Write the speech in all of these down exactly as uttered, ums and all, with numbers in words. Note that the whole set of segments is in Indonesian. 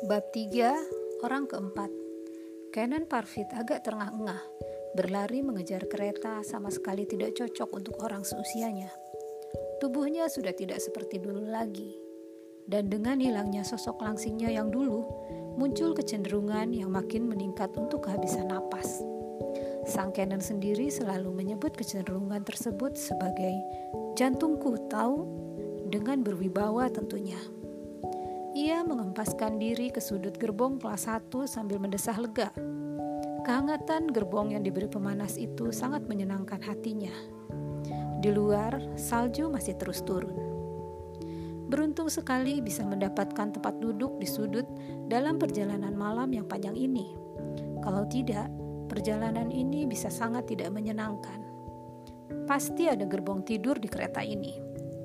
Bab tiga. Orang keempat. Canon Parfit agak terengah-engah. Berlari mengejar kereta sama sekali tidak cocok untuk orang seusianya. Tubuhnya sudah tidak seperti dulu lagi. Dan dengan hilangnya sosok langsingnya yang dulu, muncul kecenderungan yang makin meningkat untuk kehabisan napas. Sang Canon sendiri selalu menyebut kecenderungan tersebut sebagai jantungku tahu, dengan berwibawa tentunya. Ia mengempaskan diri ke sudut gerbong kelas satu sambil mendesah lega. Kehangatan gerbong yang diberi pemanas itu sangat menyenangkan hatinya. Di luar, salju masih terus turun. Beruntung sekali bisa mendapatkan tempat duduk di sudut dalam perjalanan malam yang panjang ini. Kalau tidak, perjalanan ini bisa sangat tidak menyenangkan. Pasti ada gerbong tidur di kereta ini.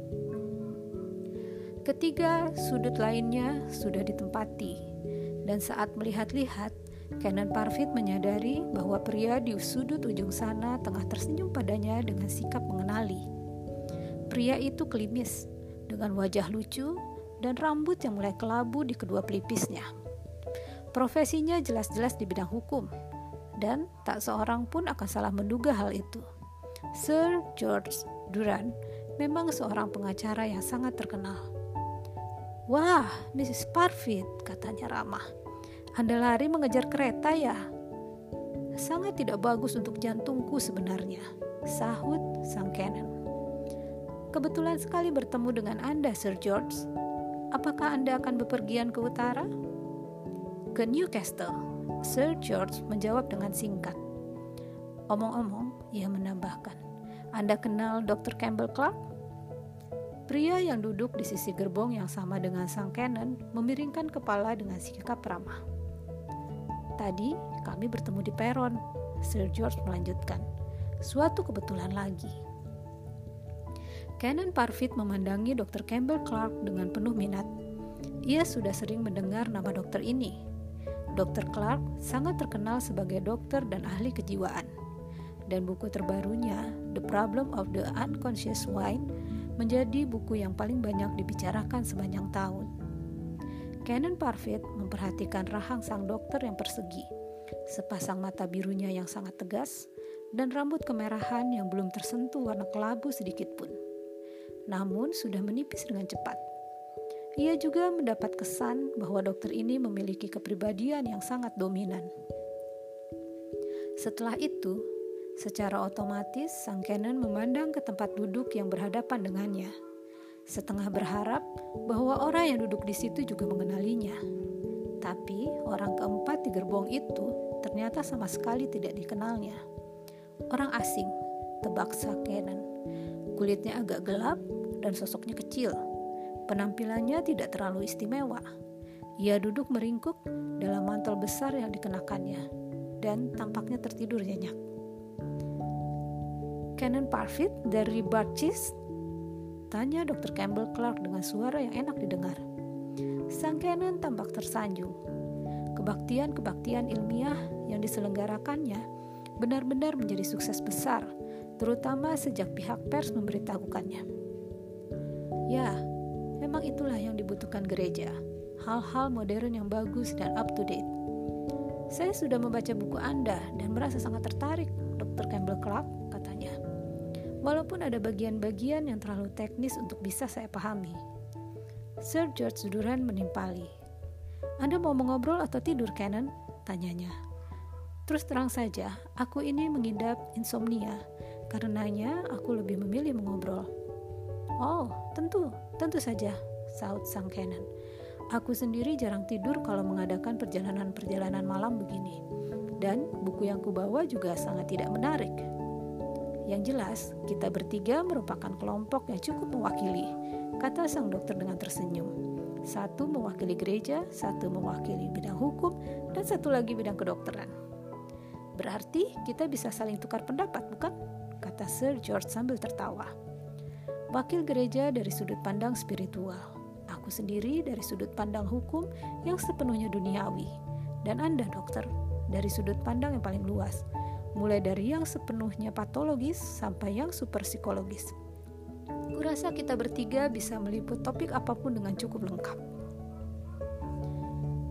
Ketiga sudut lainnya sudah ditempati, dan saat melihat-lihat, Canon Parfit menyadari bahwa pria di sudut ujung sana tengah tersenyum padanya dengan sikap mengenali. Pria itu klimis, dengan wajah lucu dan rambut yang mulai kelabu di kedua pelipisnya. Profesinya jelas-jelas di bidang hukum, dan tak seorang pun akan salah menduga hal itu. Sir George Durand memang seorang pengacara yang sangat terkenal. "Wah, Missus Parfit," katanya ramah. "Anda lari mengejar kereta ya?" "Sangat tidak bagus untuk jantungku sebenarnya," sahut sang Canon. "Kebetulan sekali bertemu dengan Anda, Sir George. Apakah Anda akan bepergian ke utara?" "Ke Newcastle," Sir George menjawab dengan singkat. Omong-omong, ia menambahkan, "Anda kenal dokter Campbell Clark?" Pria yang duduk di sisi gerbong yang sama dengan sang Canon memiringkan kepala dengan sikap ramah. "Tadi kami bertemu di peron," Sir George melanjutkan. "Suatu kebetulan lagi." Canon Parfit memandangi dokter Campbell Clark dengan penuh minat. Ia sudah sering mendengar nama dokter ini. dokter Clark sangat terkenal sebagai dokter dan ahli kejiwaan. Dan buku terbarunya, The Problem of the Unconscious Mind, menjadi buku yang paling banyak dibicarakan sepanjang tahun. Canon Parfit memperhatikan rahang sang dokter yang persegi, sepasang mata birunya yang sangat tegas, dan rambut kemerahan yang belum tersentuh warna kelabu sedikit pun. Namun sudah menipis dengan cepat. Ia juga mendapat kesan bahwa dokter ini memiliki kepribadian yang sangat dominan. Setelah itu, secara otomatis, sang Canon memandang ke tempat duduk yang berhadapan dengannya, setengah berharap bahwa orang yang duduk di situ juga mengenalinya. Tapi orang keempat di gerbong itu ternyata sama sekali tidak dikenalnya. Orang asing, tebak sang Canon. Kulitnya agak gelap dan sosoknya kecil. Penampilannya tidak terlalu istimewa. Ia duduk meringkuk dalam mantel besar yang dikenakannya dan tampaknya tertidur nyenyak. "Canon Parfit dari Barchis?" tanya dokter Campbell Clark dengan suara yang enak didengar. Sang Canon tampak tersanjung. Kebaktian-kebaktian ilmiah yang diselenggarakannya benar-benar menjadi sukses besar, terutama sejak pihak pers memberitahukannya. "Ya, memang itulah yang dibutuhkan gereja, hal-hal modern yang bagus dan up to date. Saya sudah membaca buku Anda dan merasa sangat tertarik, dokter Campbell Clark," katanya. "Walaupun ada bagian-bagian yang terlalu teknis untuk bisa saya pahami." Sir George Durand menimpali. "Anda mau mengobrol atau tidur, Canon?" tanyanya. "Terus terang saja, aku ini mengidap insomnia. Karenanya aku lebih memilih mengobrol." "Oh, tentu, tentu saja," sahut sang Canon. "Aku sendiri jarang tidur kalau mengadakan perjalanan-perjalanan malam begini. Dan buku yang kubawa juga sangat tidak menarik. Yang jelas, kita bertiga merupakan kelompok yang cukup mewakili," kata sang dokter dengan tersenyum. "Satu mewakili gereja, satu mewakili bidang hukum, dan satu lagi bidang kedokteran." "Berarti kita bisa saling tukar pendapat, bukan?" kata Sir George sambil tertawa. "Wakil gereja dari sudut pandang spiritual, aku sendiri dari sudut pandang hukum yang sepenuhnya duniawi, dan Anda, dokter, dari sudut pandang yang paling luas, mulai dari yang sepenuhnya patologis sampai yang super psikologis. Kurasa kita bertiga bisa meliput topik apapun dengan cukup lengkap."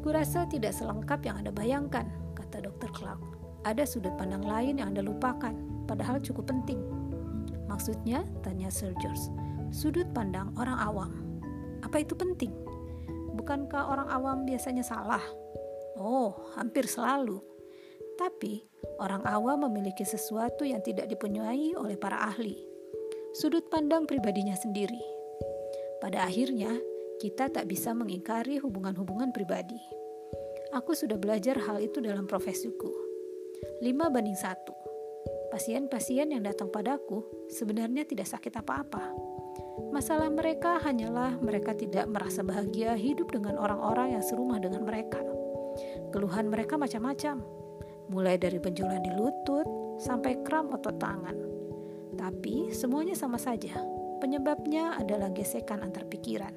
Kurasa tidak selengkap yang Anda bayangkan, kata dokter Clark. Ada sudut pandang lain yang Anda lupakan, padahal cukup penting. Maksudnya, tanya Sir George. Sudut pandang orang awam. Apa itu penting? Bukankah orang awam biasanya salah? Oh, hampir selalu. Tapi, orang awam memiliki sesuatu yang tidak dipunyai oleh para ahli. Sudut pandang pribadinya sendiri. Pada akhirnya, kita tak bisa mengingkari hubungan-hubungan pribadi. Aku sudah belajar hal itu dalam profesiku. lima banding satu. Pasien-pasien yang datang padaku sebenarnya tidak sakit apa-apa. Masalah mereka hanyalah mereka tidak merasa bahagia hidup dengan orang-orang yang serumah dengan mereka. Keluhan mereka macam-macam, mulai dari benjolan di lutut sampai kram otot tangan. Tapi semuanya sama saja. Penyebabnya adalah gesekan antar pikiran.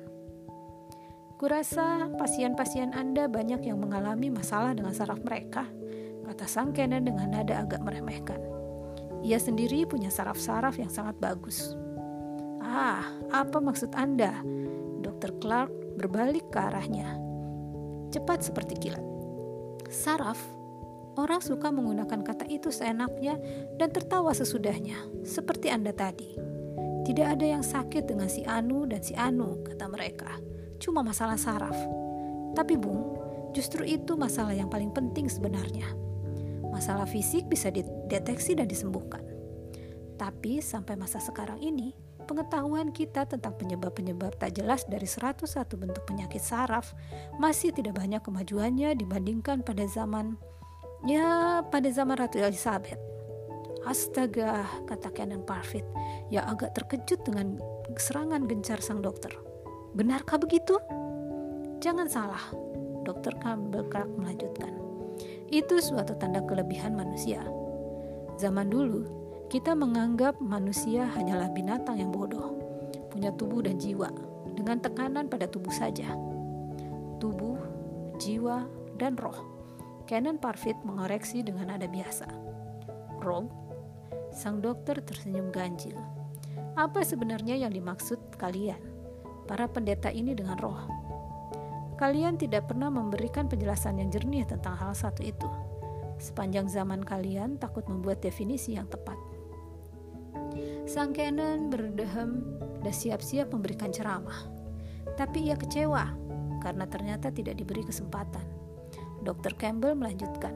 Kurasa pasien-pasien Anda banyak yang mengalami masalah dengan saraf mereka, kata sang Cannon dengan nada agak meremehkan. Ia sendiri punya saraf-saraf yang sangat bagus. Ah, apa maksud Anda? dokter Clark berbalik ke arahnya. Cepat seperti kilat. Saraf? Orang suka menggunakan kata itu seenaknya dan tertawa sesudahnya, seperti Anda tadi. Tidak ada yang sakit dengan si Anu dan si Anu, kata mereka. Cuma masalah saraf. Tapi Bung, justru itu masalah yang paling penting sebenarnya. Masalah fisik bisa dideteksi dan disembuhkan. Tapi sampai masa sekarang ini, pengetahuan kita tentang penyebab-penyebab tak jelas dari seratus satu bentuk penyakit saraf masih tidak banyak kemajuannya dibandingkan pada zaman, ya pada zaman Ratu Elizabeth. Astaga, kata Canon Parfitt, yang agak terkejut dengan serangan gencar sang dokter. Benarkah begitu? Jangan salah, dokter Campbell Clark melanjutkan. Itu suatu tanda kelebihan manusia. Zaman dulu, kita menganggap manusia hanyalah binatang yang bodoh, punya tubuh dan jiwa, dengan tekanan pada tubuh saja. Tubuh, jiwa, dan roh. Canon Parfitt mengoreksi dengan nada biasa. Roh? Sang dokter tersenyum ganjil. Apa sebenarnya yang dimaksud kalian, para pendeta ini dengan roh? Kalian tidak pernah memberikan penjelasan yang jernih tentang hal satu itu. Sepanjang zaman kalian takut membuat definisi yang tepat. Sang Canon berdehem dan siap-siap memberikan ceramah. Tapi ia kecewa karena ternyata tidak diberi kesempatan. dokter Campbell melanjutkan.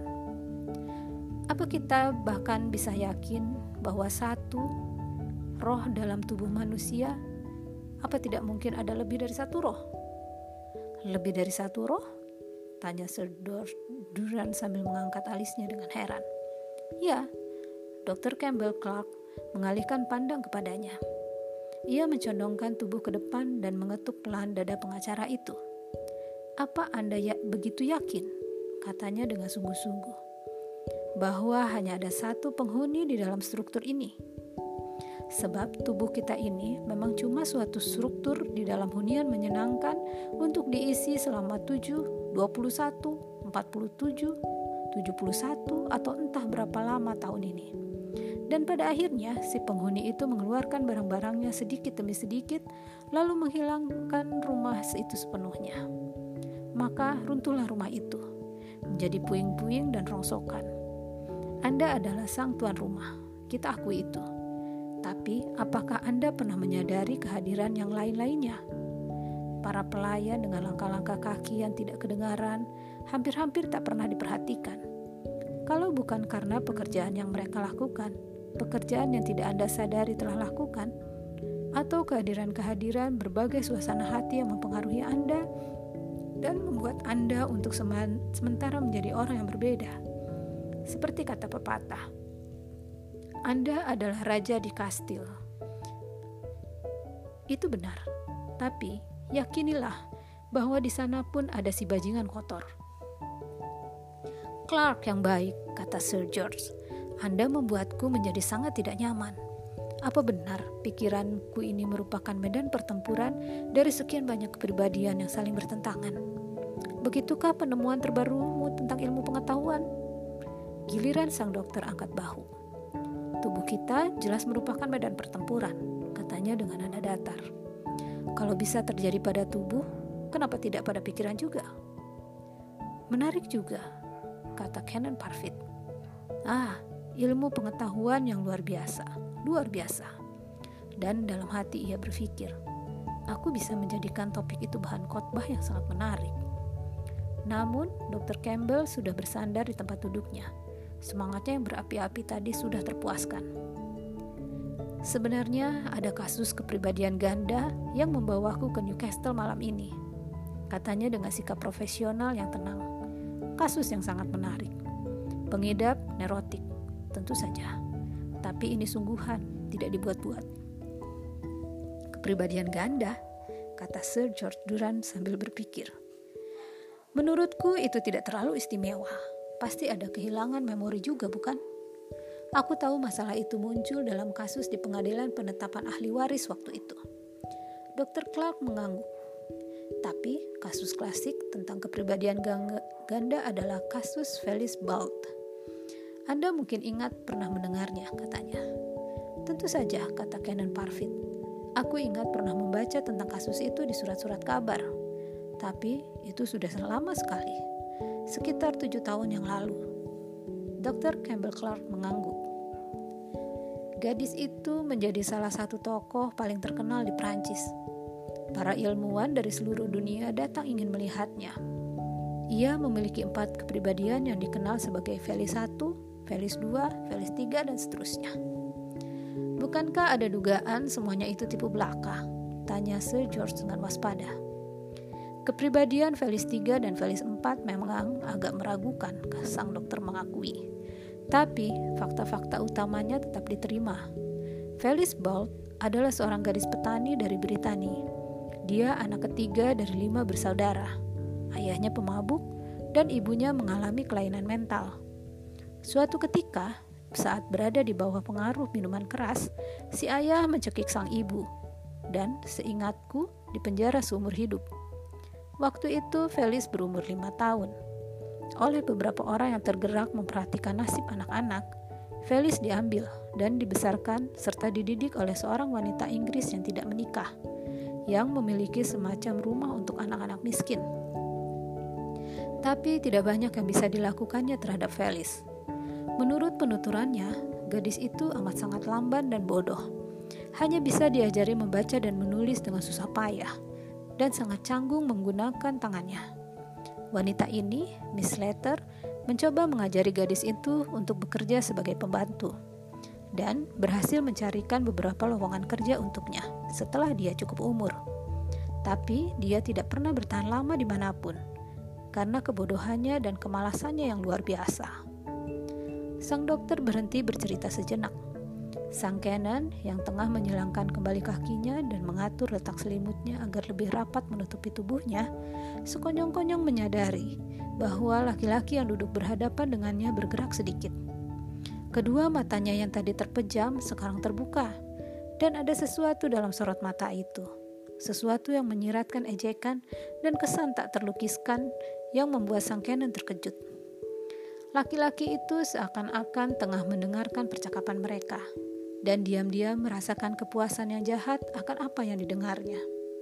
Apa kita bahkan bisa yakin bahwa satu roh dalam tubuh manusia, apa tidak mungkin ada lebih dari satu roh? Lebih dari satu roh? Tanya Sir Durant sambil mengangkat alisnya dengan heran. Ya, dokter Campbell Clark mengalihkan pandang kepadanya. Ia mencondongkan tubuh ke depan dan mengetuk pelan dada pengacara itu. Apa Anda ya begitu yakin? Katanya dengan sungguh-sungguh. Bahwa hanya ada satu penghuni di dalam struktur ini. Sebab tubuh kita ini memang cuma suatu struktur di dalam hunian menyenangkan untuk diisi selama tujuh, dua puluh satu, empat puluh tujuh, tujuh puluh satu atau entah berapa lama tahun ini. Dan pada akhirnya si penghuni itu mengeluarkan barang-barangnya sedikit demi sedikit lalu menghilangkan rumah itu sepenuhnya. Maka runtuhlah rumah itu menjadi puing-puing dan rongsokan. Anda adalah sang tuan rumah, kita akui itu. Tapi apakah Anda pernah menyadari kehadiran yang lain-lainnya? Para pelayan dengan langkah-langkah kaki yang tidak kedengaran, hampir-hampir tak pernah diperhatikan. Kalau bukan karena pekerjaan yang mereka lakukan, pekerjaan yang tidak Anda sadari telah lakukan, atau kehadiran-kehadiran berbagai suasana hati yang mempengaruhi Anda dan membuat Anda untuk sementara menjadi orang yang berbeda. Seperti kata pepatah, Anda adalah raja di kastil. Itu benar, tapi yakinilah bahwa di sana pun ada si bajingan kotor. Clark yang baik, kata Sir George, Anda membuatku menjadi sangat tidak nyaman. Apa benar pikiranku ini merupakan medan pertempuran dari sekian banyak kepribadian yang saling bertentangan? Begitukah penemuan terbarumu tentang ilmu pengetahuan? Giliran sang dokter angkat bahu. Tubuh kita jelas merupakan medan pertempuran, katanya dengan nada datar. Kalau bisa terjadi pada tubuh, kenapa tidak pada pikiran juga? Menarik juga, kata Canon Parfit. Ah, ilmu pengetahuan yang luar biasa, luar biasa. Dan dalam hati ia berpikir, aku bisa menjadikan topik itu bahan khotbah yang sangat menarik. Namun, dokter Campbell sudah bersandar di tempat duduknya. Semangatnya yang berapi-api tadi sudah terpuaskan. Sebenarnya ada kasus kepribadian ganda yang membawaku ke Newcastle malam ini, katanya dengan sikap profesional yang tenang. Kasus yang sangat menarik. Pengidap neurotik, tentu saja. Tapi ini sungguhan, tidak dibuat-buat. Kepribadian ganda, kata Sir George Durant sambil berpikir. Menurutku itu tidak terlalu istimewa. Pasti ada kehilangan memori juga, bukan? Aku tahu masalah itu muncul dalam kasus di pengadilan penetapan ahli waris waktu itu. dokter Clark mengangguk. Tapi kasus klasik tentang kepribadian ganda adalah kasus Felice Bald. Anda mungkin ingat pernah mendengarnya, katanya. Tentu saja, kata Canon Parfit. Aku ingat pernah membaca tentang kasus itu di surat-surat kabar. Tapi itu sudah lama sekali, sekitar tujuh tahun yang lalu. dokter Campbell Clark mengangguk. Gadis itu menjadi salah satu tokoh paling terkenal di Prancis. Para ilmuwan dari seluruh dunia datang ingin melihatnya. Ia memiliki empat kepribadian yang dikenal sebagai Felice satu, Felice dua, Felice tiga, dan seterusnya. Bukankah ada dugaan semuanya itu tipu belaka? Tanya Sir George dengan waspada. Kepribadian Felice tiga dan Felice empat memang agak meragukan, sang dokter mengakui. Tapi fakta-fakta utamanya tetap diterima. Felice Bald adalah seorang gadis petani dari Britania. Dia anak ketiga dari lima bersaudara. Ayahnya pemabuk dan ibunya mengalami kelainan mental. Suatu ketika, saat berada di bawah pengaruh minuman keras, si ayah mencekik sang ibu dan seingatku dipenjara seumur hidup. Waktu itu Felice berumur lima tahun. Oleh beberapa orang yang tergerak memperhatikan nasib anak-anak, Felice diambil dan dibesarkan serta dididik oleh seorang wanita Inggris yang tidak menikah, yang memiliki semacam rumah untuk anak-anak miskin. Tapi tidak banyak yang bisa dilakukannya terhadap Felice. Menurut penuturannya, gadis itu amat sangat lamban dan bodoh. Hanya bisa diajari membaca dan menulis dengan susah payah, dan sangat canggung menggunakan tangannya. Wanita ini, Miss Letter, mencoba mengajari gadis itu untuk bekerja sebagai pembantu, dan berhasil mencarikan beberapa lowongan kerja untuknya setelah dia cukup umur. Tapi dia tidak pernah bertahan lama dimanapun, karena kebodohannya dan kemalasannya yang luar biasa. Sang dokter berhenti bercerita sejenak. Sang Canon yang tengah menyilangkan kembali kakinya dan mengatur letak selimutnya agar lebih rapat menutupi tubuhnya, sekonyong-konyong menyadari bahwa laki-laki yang duduk berhadapan dengannya bergerak sedikit. Kedua matanya yang tadi terpejam sekarang terbuka, dan ada sesuatu dalam sorot mata itu. Sesuatu yang menyiratkan ejekan dan kesan tak terlukiskan yang membuat sang Canon terkejut. Laki-laki itu seakan-akan tengah mendengarkan percakapan mereka, dan diam-diam merasakan kepuasan yang jahat akan apa yang didengarnya.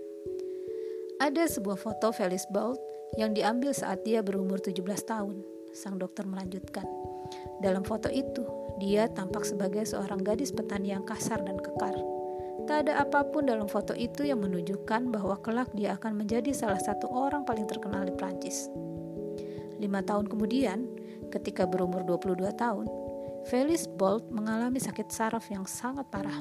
Ada sebuah foto Felice Bald yang diambil saat dia berumur tujuh belas tahun, sang dokter melanjutkan. Dalam foto itu, dia tampak sebagai seorang gadis petani yang kasar dan kekar. Tak ada apapun dalam foto itu yang menunjukkan bahwa kelak dia akan menjadi salah satu orang paling terkenal di Prancis. Lima tahun kemudian, ketika berumur dua puluh dua tahun, Felice Bald mengalami sakit saraf yang sangat parah.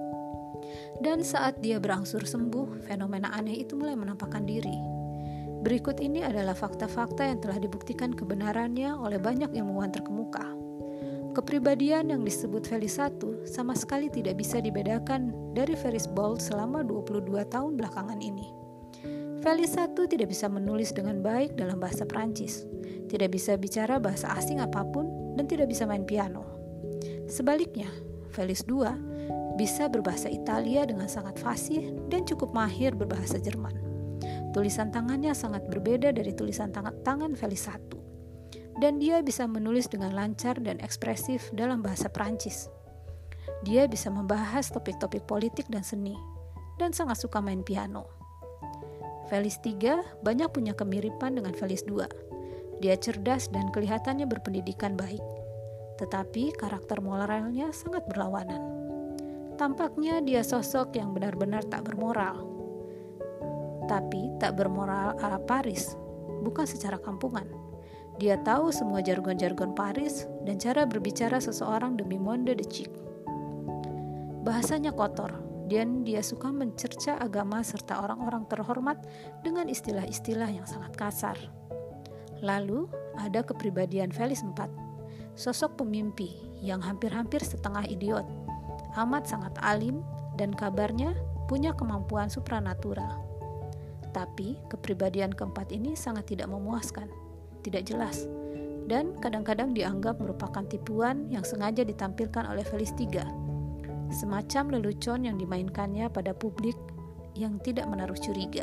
Dan saat dia berangsur sembuh, fenomena aneh itu mulai menampakkan diri. Berikut ini adalah fakta-fakta yang telah dibuktikan kebenarannya oleh banyak ilmuwan terkemuka. Kepribadian yang disebut Felice satu sama sekali tidak bisa dibedakan dari Felice Bald selama dua puluh dua tahun belakangan ini. Felice satu tidak bisa menulis dengan baik dalam bahasa Prancis, tidak bisa bicara bahasa asing apapun, dan tidak bisa main piano. Sebaliknya, Felice dua bisa berbahasa Italia dengan sangat fasih dan cukup mahir berbahasa Jerman. Tulisan tangannya sangat berbeda dari tulisan tangan, tangan Felice satu, dan dia bisa menulis dengan lancar dan ekspresif dalam bahasa Prancis. Dia bisa membahas topik-topik politik dan seni, dan sangat suka main piano. Felice tiga banyak punya kemiripan dengan Felice dua. Dia cerdas dan kelihatannya berpendidikan baik, tetapi karakter moralnya sangat berlawanan. Tampaknya dia sosok yang benar-benar tak bermoral. Tapi tak bermoral ala Paris, bukan secara kampungan. Dia tahu semua jargon-jargon Paris dan cara berbicara seseorang demi monde de chic. Bahasanya kotor, dan dia suka mencerca agama serta orang-orang terhormat dengan istilah-istilah yang sangat kasar. Lalu ada kepribadian Felice empat, sosok pemimpi yang hampir-hampir setengah idiot, amat sangat alim dan kabarnya punya kemampuan supranatural. Tapi kepribadian keempat ini sangat tidak memuaskan, tidak jelas, dan kadang-kadang dianggap merupakan tipuan yang sengaja ditampilkan oleh Felice tiga, semacam lelucon yang dimainkannya pada publik yang tidak menaruh curiga.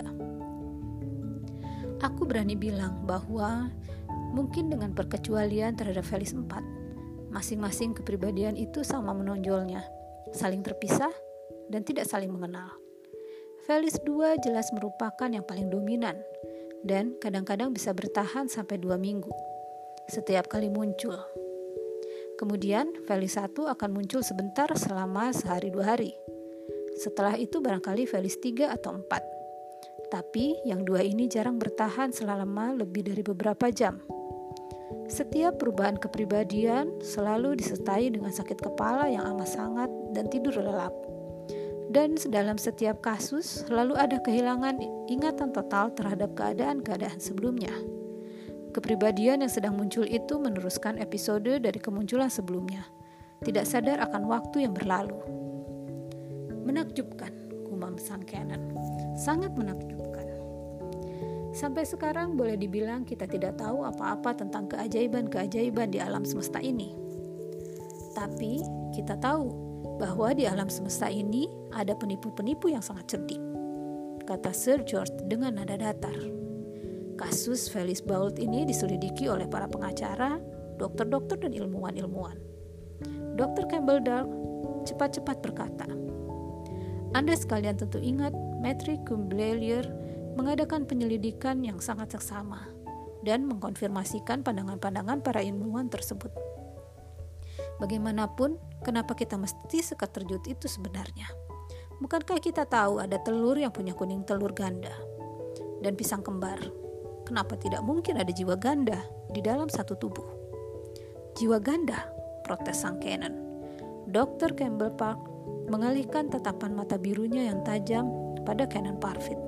Aku berani bilang bahwa mungkin dengan perkecualian terhadap Felice empat, masing-masing kepribadian itu sama menonjolnya, saling terpisah dan tidak saling mengenal. Felice dua jelas merupakan yang paling dominan dan kadang-kadang bisa bertahan sampai dua minggu setiap kali muncul. Kemudian Felice satu akan muncul sebentar selama sehari dua hari. Setelah itu barangkali Felice tiga atau empat. Tapi yang dua ini jarang bertahan selama lebih dari beberapa jam. Setiap perubahan kepribadian selalu disertai dengan sakit kepala yang amat sangat dan tidur lelap. Dan dalam setiap kasus selalu ada kehilangan ingatan total terhadap keadaan-keadaan sebelumnya. Kepribadian yang sedang muncul itu meneruskan episode dari kemunculan sebelumnya, tidak sadar akan waktu yang berlalu. Menakjubkan, gumam sang Cannon. Sangat menakjubkan. Sampai sekarang boleh dibilang kita tidak tahu apa-apa tentang keajaiban-keajaiban di alam semesta ini. Tapi kita tahu bahwa di alam semesta ini ada penipu-penipu yang sangat cerdik, kata Sir George dengan nada datar. Kasus Felice Boult ini diselidiki oleh para pengacara, dokter-dokter dan ilmuwan-ilmuwan. dokter Campbell Dark cepat-cepat berkata, Anda sekalian tentu ingat Maître Combeillier mengadakan penyelidikan yang sangat seksama dan mengkonfirmasikan pandangan-pandangan para ilmuwan tersebut. Bagaimanapun, kenapa kita mesti seketerkejut itu sebenarnya? Bukankah kita tahu ada telur yang punya kuning telur ganda dan pisang kembar? Kenapa tidak mungkin ada jiwa ganda di dalam satu tubuh? Jiwa ganda, protes sang Cannon. dokter Campbell Park mengalihkan tatapan mata birunya yang tajam pada Cannon Parfitt.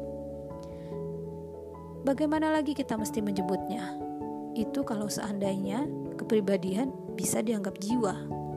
Bagaimana lagi kita mesti menyebutnya? Itu kalau seandainya kepribadian bisa dianggap jiwa.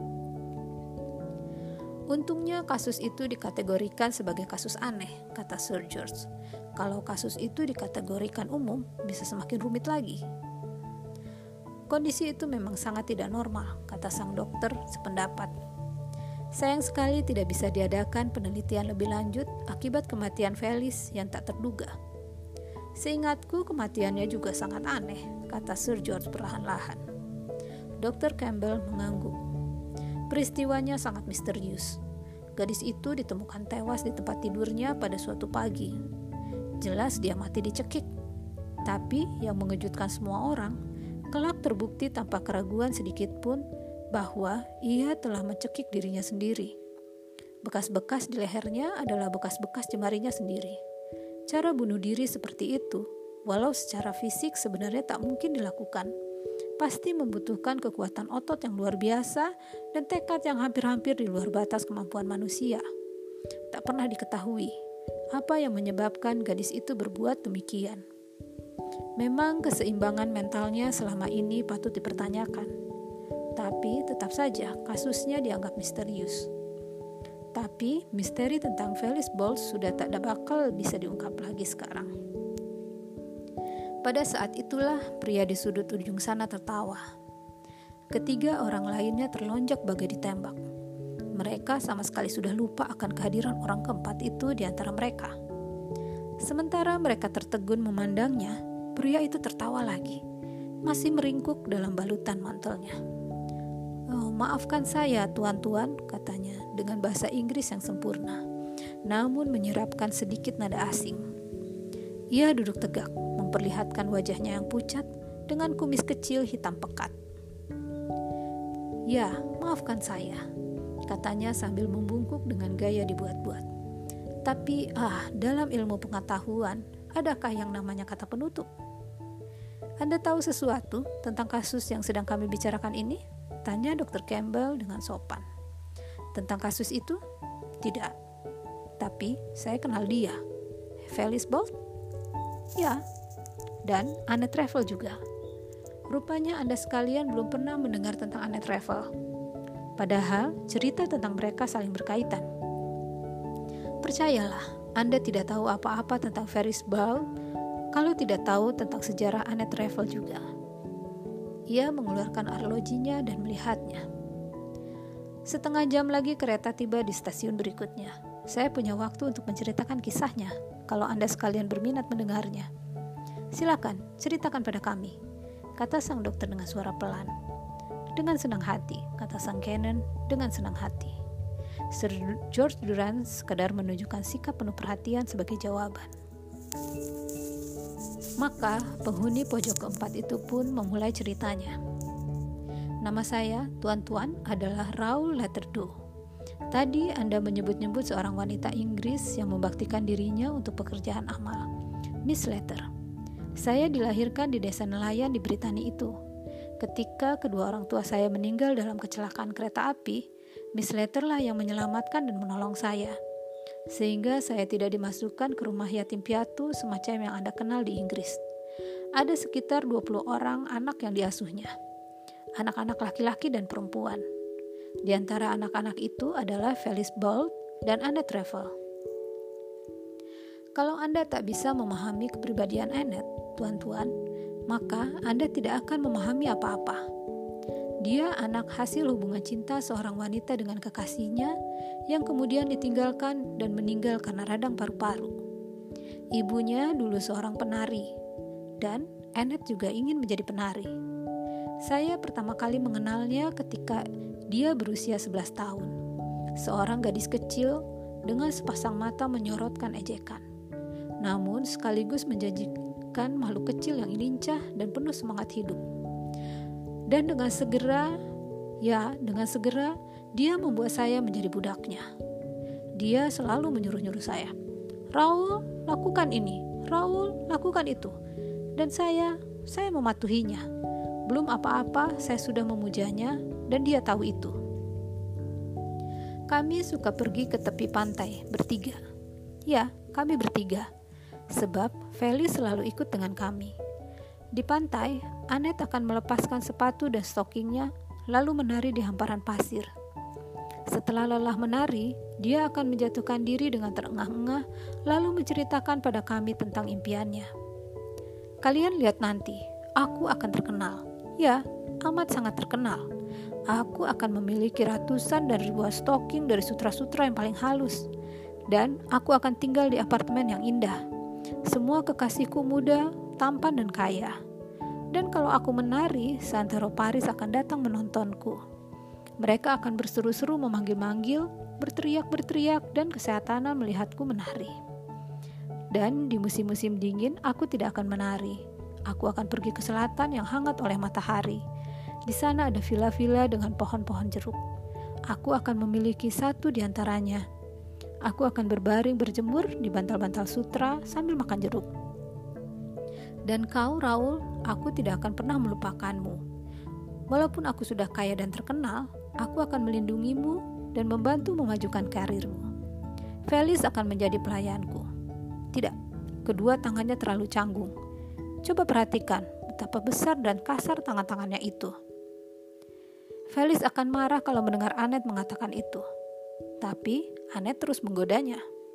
Untungnya kasus itu dikategorikan sebagai kasus aneh, kata Sir George. Kalau kasus itu dikategorikan umum, bisa semakin rumit lagi. Kondisi itu memang sangat tidak normal, kata sang dokter sependapat. Sayang sekali tidak bisa diadakan penelitian lebih lanjut akibat kematian Felice yang tak terduga. Seingatku kematiannya juga sangat aneh, kata Sir George perlahan-lahan. dokter Campbell mengangguk. Peristiwanya sangat misterius. Gadis itu ditemukan tewas di tempat tidurnya pada suatu pagi. Jelas dia mati dicekik. Tapi yang mengejutkan semua orang, kelak terbukti tanpa keraguan sedikit pun bahwa ia telah mencekik dirinya sendiri. Bekas-bekas di lehernya adalah bekas-bekas jemarinya sendiri. Cara bunuh diri seperti itu, walau secara fisik sebenarnya tak mungkin dilakukan, pasti membutuhkan kekuatan otot yang luar biasa dan tekad yang hampir-hampir di luar batas kemampuan manusia. Tak pernah diketahui apa yang menyebabkan gadis itu berbuat demikian. Memang keseimbangan mentalnya selama ini patut dipertanyakan. Tapi tetap saja kasusnya dianggap misterius. Tapi misteri tentang Felice Boult sudah tak bakal bisa diungkap lagi sekarang. Pada saat itulah pria di sudut ujung sana tertawa. Ketiga orang lainnya terlonjak bagai ditembak. Mereka sama sekali sudah lupa akan kehadiran orang keempat itu di antara mereka. Sementara mereka tertegun memandangnya, pria itu tertawa lagi, masih meringkuk dalam balutan mantelnya. Oh, maafkan saya, tuan-tuan, katanya dengan bahasa Inggris yang sempurna, namun menyerapkan sedikit nada asing. Ia duduk tegak, memperlihatkan wajahnya yang pucat dengan kumis kecil hitam pekat. "Ya, maafkan saya," katanya sambil membungkuk dengan gaya dibuat-buat. "Tapi, ah, dalam ilmu pengetahuan, adakah yang namanya kata penutup?" "Anda tahu sesuatu tentang kasus yang sedang kami bicarakan ini?" tanya dokter Campbell dengan sopan. "Tentang kasus itu? Tidak. Tapi saya kenal dia." "Felice Bolt?" "Ya. Dan Annette Ravel juga." "Rupanya Anda sekalian belum pernah mendengar tentang Annette Ravel. Padahal cerita tentang mereka saling berkaitan. Percayalah, Anda tidak tahu apa-apa tentang Felice Bolt kalau tidak tahu tentang sejarah Annette Ravel juga." Ia mengeluarkan arlojinya dan melihatnya. "Setengah jam lagi kereta tiba di stasiun berikutnya. Saya punya waktu untuk menceritakan kisahnya, kalau Anda sekalian berminat mendengarnya." "Silakan, ceritakan pada kami," kata sang dokter dengan suara pelan. "Dengan senang hati," kata sang canon dengan senang hati. Sir George Durant sekadar menunjukkan sikap penuh perhatian sebagai jawaban. Maka penghuni pojok keempat itu pun memulai ceritanya. "Nama saya, tuan-tuan, adalah Raoul Letterdoe. Tadi Anda menyebut-nyebut seorang wanita Inggris yang membaktikan dirinya untuk pekerjaan amal, Miss Letter. Saya dilahirkan di desa nelayan di Britania itu. Ketika kedua orang tua saya meninggal dalam kecelakaan kereta api, Miss Letter lah yang menyelamatkan dan menolong saya. Sehingga saya tidak dimasukkan ke rumah yatim piatu semacam yang Anda kenal di Inggris. Ada sekitar dua puluh orang anak yang diasuhnya. Anak-anak laki-laki dan perempuan. Di antara anak-anak itu adalah Felice Bolt dan Annette Ravel. Kalau Anda tak bisa memahami kepribadian Annette, tuan-tuan, maka Anda tidak akan memahami apa-apa. Dia anak hasil hubungan cinta seorang wanita dengan kekasihnya yang kemudian ditinggalkan dan meninggal karena radang paru-paru. Ibunya dulu seorang penari, dan Annette juga ingin menjadi penari. Saya pertama kali mengenalnya ketika dia berusia sebelas tahun. Seorang gadis kecil dengan sepasang mata menyorotkan ejekan, namun sekaligus menjanjikan makhluk kecil yang lincah dan penuh semangat hidup. Dan dengan segera, ya dengan segera, dia membuat saya menjadi budaknya. Dia selalu menyuruh-nyuruh saya, "Raoul, lakukan ini. Raoul, lakukan itu." Dan saya, saya mematuhinya. Belum apa-apa, saya sudah memujanya, dan dia tahu itu. Kami suka pergi ke tepi pantai, bertiga. Ya, kami bertiga. Sebab Felice selalu ikut dengan kami. Di pantai, Annette akan melepaskan sepatu dan stokingnya, lalu menari di hamparan pasir. Setelah lelah menari, dia akan menjatuhkan diri dengan terengah-engah, lalu menceritakan pada kami tentang impiannya. "Kalian lihat nanti, aku akan terkenal. Ya, amat sangat terkenal. Aku akan memiliki ratusan dan ribuan stoking dari sutra-sutra yang paling halus. Dan aku akan tinggal di apartemen yang indah. Semua kekasihku muda, tampan dan kaya. Dan kalau aku menari, seantero Paris akan datang menontonku. Mereka akan berseru-seru memanggil-manggil, berteriak-berteriak, dan kesehatanan melihatku menari. Dan di musim-musim dingin, aku tidak akan menari. Aku akan pergi ke selatan yang hangat oleh matahari. Di sana ada villa-villa dengan pohon-pohon jeruk. Aku akan memiliki satu di antaranya. Aku akan berbaring berjemur di bantal-bantal sutra sambil makan jeruk. Dan kau, Raoul, aku tidak akan pernah melupakanmu. Walaupun aku sudah kaya dan terkenal, aku akan melindungimu dan membantu memajukan karirmu. Felice akan menjadi pelayanku." Tidak, kedua tangannya terlalu canggung. Coba perhatikan betapa besar dan kasar tangan-tangannya itu. Felice akan marah kalau mendengar Annette mengatakan itu. Tapi Annette terus menggodanya.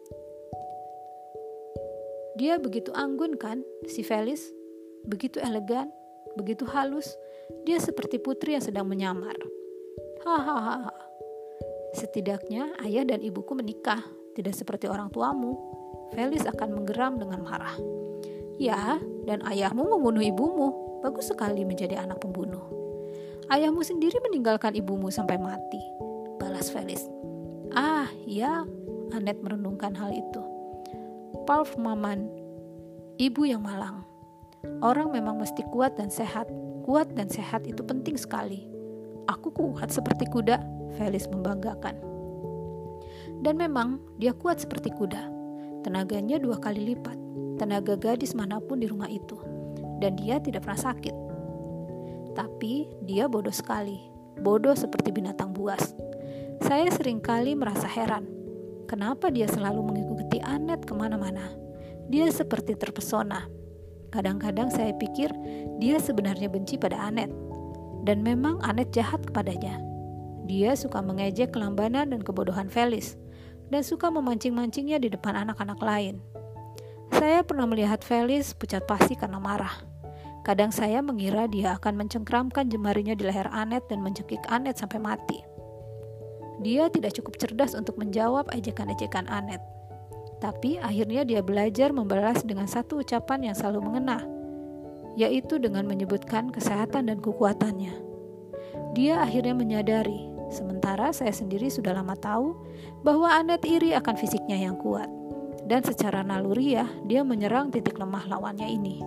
"Dia begitu anggun kan, si Felice? Begitu elegan, begitu halus. Dia seperti putri yang sedang menyamar. Hahaha. Setidaknya ayah dan ibuku menikah, tidak seperti orang tuamu." Felice akan menggeram dengan marah. "Ya, dan ayahmu membunuh ibumu. Bagus sekali menjadi anak pembunuh." "Ayahmu sendiri meninggalkan ibumu sampai mati," balas Felice. "Ah, ya," Annette merenungkan hal itu. "Pauvre maman, ibu yang malang. Orang memang mesti kuat dan sehat. Kuat dan sehat itu penting sekali. Aku kuat seperti kuda, Felis membanggakan. Dan memang dia kuat seperti kuda. Tenaganya dua kali lipat tenaga gadis manapun di rumah itu. Dan dia tidak pernah sakit. Tapi dia bodoh sekali. Bodoh seperti binatang buas. Saya seringkali merasa heran. Kenapa dia selalu mengikuti Annette kemana-mana? Dia seperti terpesona. Kadang-kadang saya pikir dia sebenarnya benci pada Annette. Dan memang Annette jahat kepadanya. Dia suka mengejek kelambanan dan kebodohan Felis. Dan suka memancing-mancingnya di depan anak-anak lain. Saya pernah melihat Felis pucat pasi karena marah. Kadang saya mengira dia akan mencengkramkan jemarinya di leher Annette dan mencekik Annette sampai mati. Dia tidak cukup cerdas untuk menjawab ejekan-ejekan Annette. Tapi akhirnya dia belajar membalas dengan satu ucapan yang selalu mengena, yaitu dengan menyebutkan kesehatan dan kekuatannya. Dia akhirnya menyadari, sementara saya sendiri sudah lama tahu bahwa Annette iri akan fisiknya yang kuat. Dan secara naluriah, dia menyerang titik lemah lawannya ini.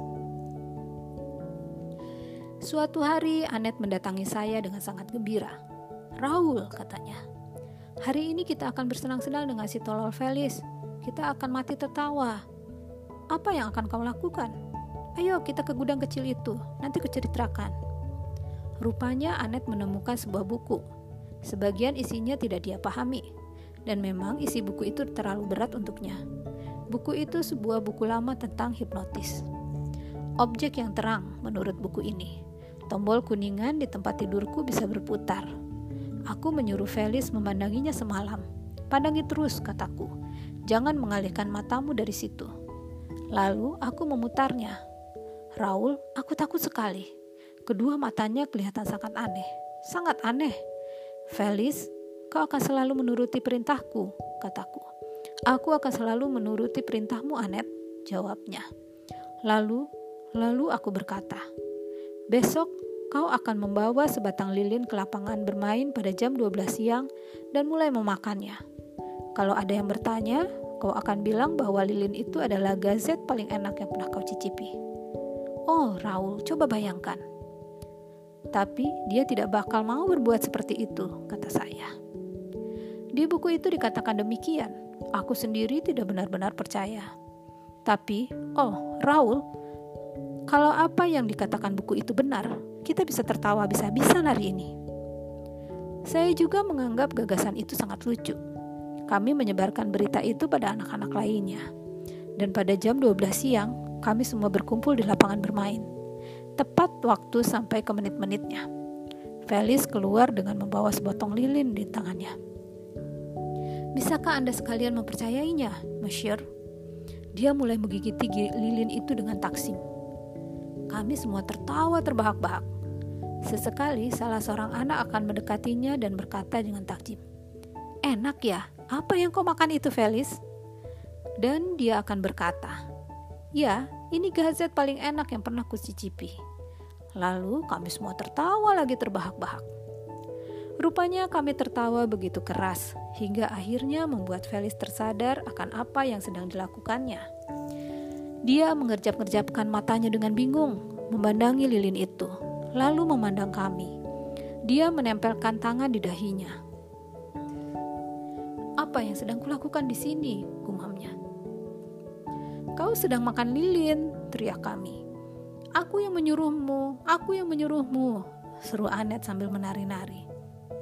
Suatu hari, Annette mendatangi saya dengan sangat gembira. "Raul," katanya, "hari ini kita akan bersenang-senang dengan si tolol Felis. Kita akan mati tertawa. Apa yang akan kau lakukan? Ayo kita ke gudang kecil itu, nanti kuceritakan." Rupanya Annette menemukan sebuah buku. Sebagian isinya tidak dia pahami, dan memang isi buku itu terlalu berat untuknya. Buku itu sebuah buku lama tentang hipnotis. Objek yang terang menurut buku ini. Tombol kuningan di tempat tidurku bisa berputar. Aku menyuruh Felis memandanginya semalam. "Pandangi terus," kataku. "Jangan mengalihkan matamu dari situ." Lalu aku memutarnya. "Raul, aku takut sekali." Kedua matanya kelihatan sangat aneh. Sangat aneh. "Felis, kau akan selalu menuruti perintahku," kataku. "Aku akan selalu menuruti perintahmu, Annette," jawabnya. Lalu, lalu aku berkata, "Besok kau akan membawa sebatang lilin ke lapangan bermain pada jam dua belas siang dan mulai memakannya. Kalau ada yang bertanya, kau akan bilang bahwa lilin itu adalah gazet paling enak yang pernah kau cicipi." Oh, Raul, coba bayangkan. "Tapi dia tidak bakal mau berbuat seperti itu," kata saya. Di buku itu dikatakan demikian. Aku sendiri tidak benar-benar percaya. Tapi, oh, Raul, kalau apa yang dikatakan buku itu benar, kita bisa tertawa habis-habisan hari ini. Saya juga menganggap gagasan itu sangat lucu. Kami menyebarkan berita itu pada anak-anak lainnya. Dan pada jam dua belas siang, kami semua berkumpul di lapangan bermain. Tepat waktu sampai ke menit-menitnya. Felis keluar dengan membawa sebotong lilin di tangannya. "Bisakah Anda sekalian mempercayainya, Monsieur?" Dia mulai menggigiti lilin itu dengan taksim. Kami semua tertawa terbahak-bahak. Sesekali salah seorang anak akan mendekatinya dan berkata dengan takjub, "Enak ya, apa yang kau makan itu, Felis?" Dan dia akan berkata, "Ya, ini gazet paling enak yang pernah kucicipi." Lalu kami semua tertawa lagi terbahak-bahak. Rupanya kami tertawa begitu keras, hingga akhirnya membuat Felis tersadar akan apa yang sedang dilakukannya. Dia mengerjap-ngerjapkan matanya dengan bingung, memandangi lilin itu, lalu memandang kami. Dia menempelkan tangan di dahinya. "Apa yang sedang kulakukan di sini?" gumamnya. "Kau sedang makan lilin," teriak kami. "Aku yang menyuruhmu, aku yang menyuruhmu," seru Annette sambil menari-nari.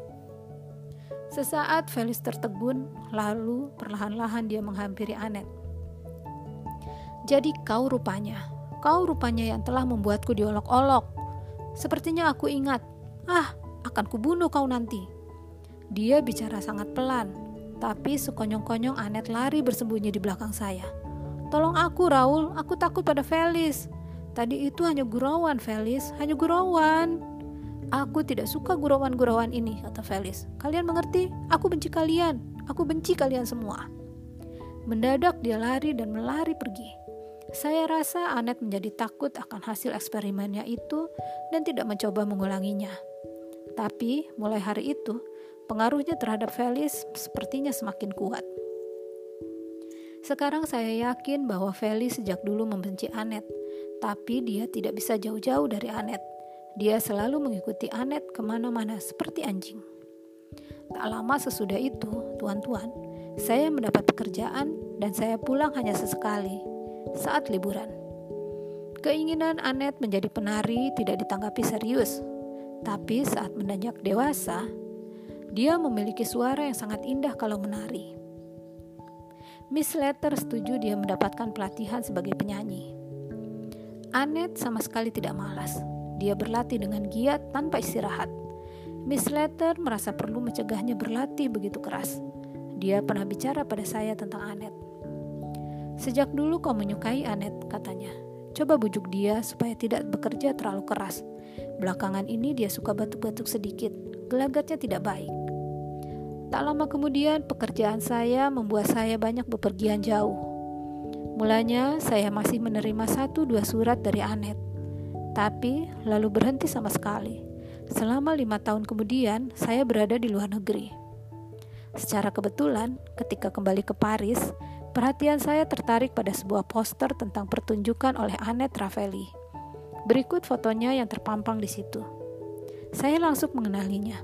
Sesaat Felis tertegun, lalu perlahan-lahan dia menghampiri Annette. "Jadi kau rupanya, kau rupanya yang telah membuatku diolok-olok. Sepertinya aku ingat. Ah, akan kubunuh kau nanti." Dia bicara sangat pelan, tapi sekonyong-konyong Annette lari bersembunyi di belakang saya. "Tolong aku, Raul, aku takut pada Felis. Tadi itu hanya gurauan, Felis, hanya gurauan." "Aku tidak suka gurauan-gurauan ini," kata Felis. "Kalian mengerti? Aku benci kalian. Aku benci kalian semua." Mendadak dia lari dan melari pergi. Saya rasa Annette menjadi takut akan hasil eksperimennya itu dan tidak mencoba mengulanginya. Tapi mulai hari itu, pengaruhnya terhadap Felis sepertinya semakin kuat. Sekarang saya yakin bahwa Felis sejak dulu membenci Annette, Tapi dia tidak bisa jauh-jauh dari Anet. Dia selalu mengikuti Anet kemana-mana seperti anjing. Tak lama sesudah itu, tuan-tuan, saya mendapat pekerjaan dan saya pulang hanya sesekali saat liburan. Keinginan Anet menjadi penari tidak ditanggapi serius, tapi saat menanjak dewasa, dia memiliki suara yang sangat indah kalau menari. Miss Letter setuju dia mendapatkan pelatihan sebagai penyanyi. Anet sama sekali tidak malas. Dia berlatih dengan giat tanpa istirahat. Miss Letter merasa perlu mencegahnya berlatih begitu keras. Dia pernah bicara pada saya tentang Anet. Sejak dulu kau menyukai Anet, katanya. Coba bujuk dia supaya tidak bekerja terlalu keras. Belakangan ini dia suka batuk-batuk sedikit. Gelagatnya tidak baik. Tak lama kemudian pekerjaan saya membuat saya banyak bepergian jauh. Mulanya saya masih menerima satu dua surat dari Anet, tapi lalu berhenti sama sekali. Selama lima tahun kemudian saya berada di luar negeri. Secara kebetulan ketika kembali ke Paris, perhatian saya tertarik pada sebuah poster tentang pertunjukan oleh Anet Ravelli. Berikut fotonya yang terpampang di situ. Saya langsung mengenalinya.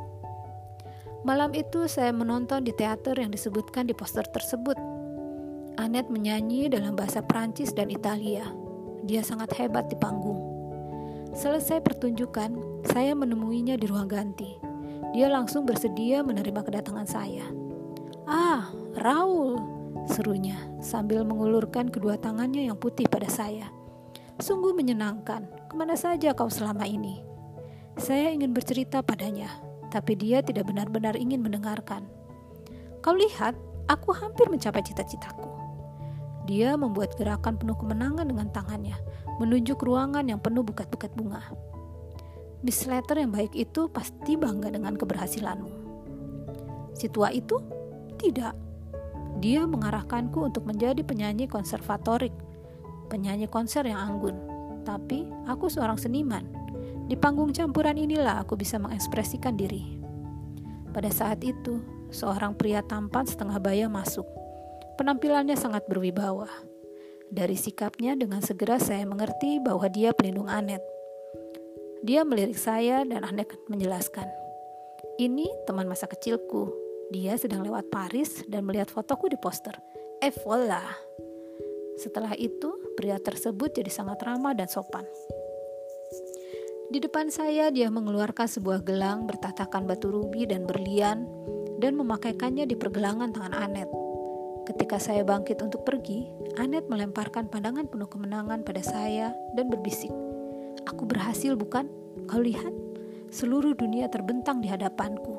Malam itu saya menonton di teater yang disebutkan di poster tersebut. Anet menyanyi dalam bahasa Prancis dan Italia. Dia sangat hebat di panggung. Selesai pertunjukan, saya menemuinya di ruang ganti. Dia langsung bersedia menerima kedatangan saya. "Ah, Raul," serunya sambil mengulurkan kedua tangannya yang putih pada saya. "Sungguh menyenangkan. Kemana saja kau selama ini?" Saya ingin bercerita padanya, tapi dia tidak benar-benar ingin mendengarkan. "Kau lihat, aku hampir mencapai cita-citaku." Dia membuat gerakan penuh kemenangan dengan tangannya, menunjuk ruangan yang penuh buket-buket bunga. Miss Letter yang baik itu pasti bangga dengan keberhasilanmu. Si tua itu? Tidak. Dia mengarahkanku untuk menjadi penyanyi konservatorik, penyanyi konser yang anggun. Tapi aku seorang seniman. Di panggung campuran inilah aku bisa mengekspresikan diri. Pada saat itu, seorang pria tampan setengah baya masuk. Penampilannya sangat berwibawa. Dari sikapnya dengan segera saya mengerti bahwa dia pelindung Anet. Dia melirik saya dan Anet menjelaskan. "Ini teman masa kecilku. Dia sedang lewat Paris dan melihat fotoku di poster. Eh voilà." Setelah itu, pria tersebut jadi sangat ramah dan sopan. Di depan saya dia mengeluarkan sebuah gelang bertatakan batu rubi dan berlian dan memakaikannya di pergelangan tangan Anet. Ketika saya bangkit untuk pergi, Anet melemparkan pandangan penuh kemenangan pada saya dan berbisik, "Aku berhasil bukan? Kau lihat, seluruh dunia terbentang di hadapanku."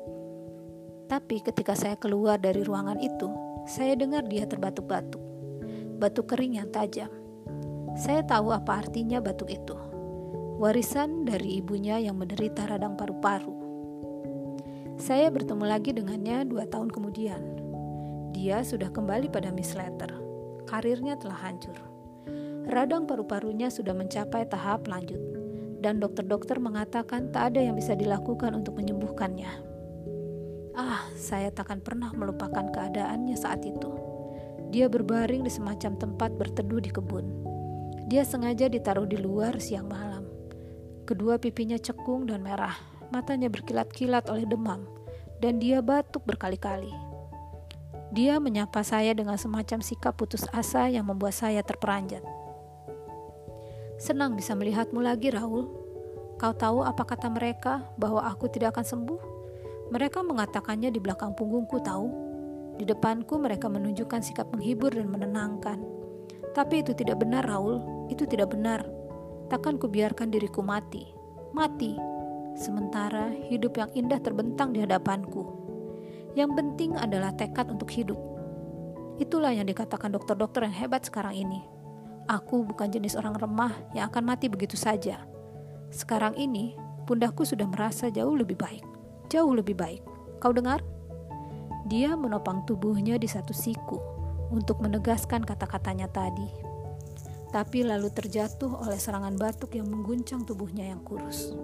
Tapi ketika saya keluar dari ruangan itu, saya dengar dia terbatuk-batuk. Batuk kering yang tajam. Saya tahu apa artinya batuk itu. Warisan dari ibunya yang menderita radang paru-paru. Saya bertemu lagi dengannya dua tahun kemudian. Dia sudah kembali pada Miss Letter. Karirnya telah hancur. Radang paru-parunya sudah mencapai tahap lanjut, dan dokter-dokter mengatakan tak ada yang bisa dilakukan untuk menyembuhkannya. Ah, saya takkan pernah melupakan keadaannya saat itu. Dia berbaring di semacam tempat berteduh di kebun. Dia sengaja ditaruh di luar siang malam. Kedua pipinya cekung dan merah, matanya berkilat-kilat oleh demam, dan dia batuk berkali-kali. Dia menyapa saya dengan semacam sikap putus asa yang membuat saya terperanjat. "Senang bisa melihatmu lagi, Raul. Kau tahu apa kata mereka bahwa aku tidak akan sembuh? Mereka mengatakannya di belakang punggungku, tahu? Di depanku mereka menunjukkan sikap menghibur dan menenangkan. Tapi itu tidak benar, Raul. Itu tidak benar. Takkan kubiarkan diriku mati. Mati. Sementara hidup yang indah terbentang di hadapanku. Yang penting adalah tekad untuk hidup." Itulah yang dikatakan dokter-dokter yang hebat sekarang ini. Aku bukan jenis orang remah yang akan mati begitu saja. Sekarang ini, pundakku sudah merasa jauh lebih baik. Jauh lebih baik. Kau dengar? Dia menopang tubuhnya di satu siku untuk menegaskan kata-katanya tadi. Tapi lalu terjatuh oleh serangan batuk yang mengguncang tubuhnya yang kurus.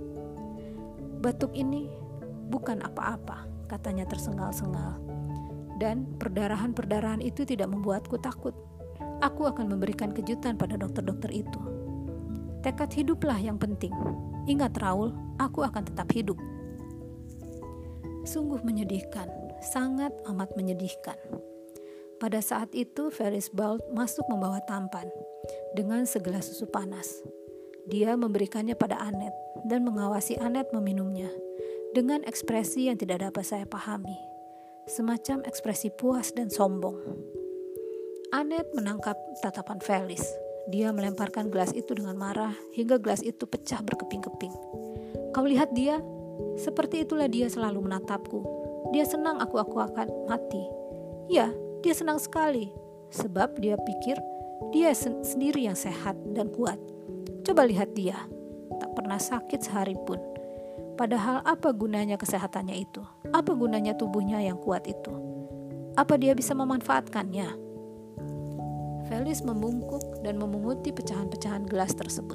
"Batuk ini bukan apa-apa," katanya tersengal-sengal. "Dan perdarahan-perdarahan itu tidak membuatku takut. Aku akan memberikan kejutan pada dokter-dokter itu. Tekad hiduplah yang penting. Ingat Raul, aku akan tetap hidup. Sungguh menyedihkan, sangat amat menyedihkan. Pada saat itu, Ferris Bolt masuk membawa tampan dengan segelas susu panas. Dia memberikannya pada Annette dan mengawasi Annette meminumnya dengan ekspresi yang tidak dapat saya pahami, semacam ekspresi puas dan sombong. Annette menangkap tatapan Ferris. Dia melemparkan gelas itu dengan marah hingga gelas itu pecah berkeping-keping. Kau lihat dia? Seperti itulah dia selalu menatapku. Dia senang aku aku akan mati. Ya, dia senang sekali, sebab dia pikir dia sen- sendiri yang sehat dan kuat. Coba lihat dia, tak pernah sakit sehari pun. Padahal apa gunanya kesehatannya itu? Apa gunanya tubuhnya yang kuat itu? Apa dia bisa memanfaatkannya? Ferris membungkuk dan memunguti pecahan-pecahan gelas tersebut.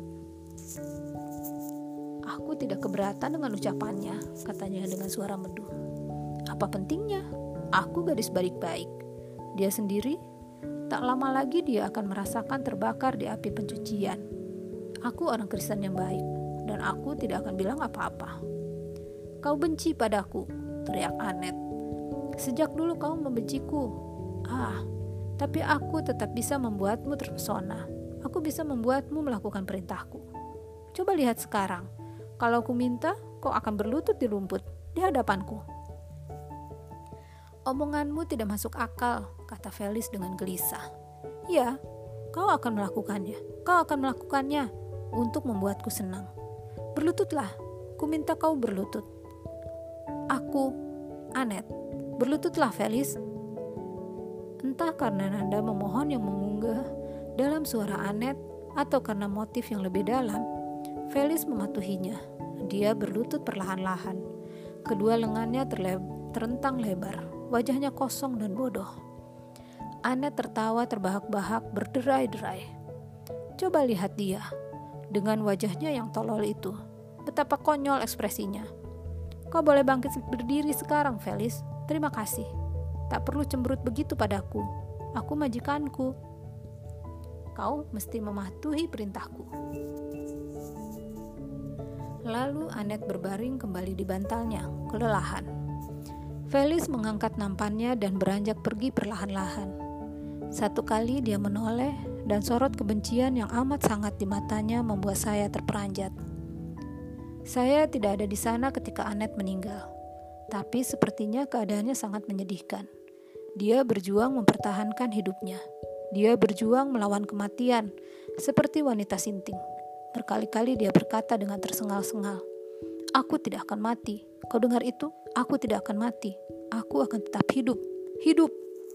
Aku tidak keberatan dengan ucapannya, katanya dengan suara merdu. Apa pentingnya? Aku gadis baik-baik. Dia sendiri, tak lama lagi dia akan merasakan terbakar di api pencucian. Aku orang Kristen yang baik, dan aku tidak akan bilang apa-apa. Kau benci padaku, teriak Annette. Sejak dulu kau membenciku. Ah, tapi aku tetap bisa membuatmu terpesona. Aku bisa membuatmu melakukan perintahku. Coba lihat sekarang. Kalau ku minta, kau akan berlutut di rumput, di hadapanku. Omonganmu tidak masuk akal, kata Ferris dengan gelisah. Ya, kau akan melakukannya. Kau akan melakukannya untuk membuatku senang. Berlututlah, ku minta kau berlutut. Aku, Annette, berlututlah Ferris. Entah karena nada memohon yang mengunggah dalam suara Annette atau karena motif yang lebih dalam, Ferris mematuhinya. Dia berlutut perlahan-lahan. Kedua lengannya terle- terentang lebar. Wajahnya kosong dan bodoh. Annette tertawa terbahak-bahak berderai-derai. Coba lihat dia, dengan wajahnya yang tolol itu. Betapa konyol ekspresinya. Kau boleh bangkit berdiri sekarang, Ferris. Terima kasih. Tak perlu cemberut begitu padaku. Aku majikanku. Kau mesti mematuhi perintahku. Lalu Annette berbaring kembali di bantalnya, kelelahan. Ferris mengangkat nampannya dan beranjak pergi perlahan-lahan. Satu kali dia menoleh dan sorot kebencian yang amat sangat di matanya membuat saya terperanjat. Saya tidak ada di sana ketika Annette meninggal, tapi sepertinya keadaannya sangat menyedihkan. Dia berjuang mempertahankan hidupnya. Dia berjuang melawan kematian, seperti wanita sinting. Berkali-kali dia berkata dengan tersengal-sengal, "Aku tidak akan mati. Kau dengar itu? Aku tidak akan mati. Aku akan tetap hidup. Hidup."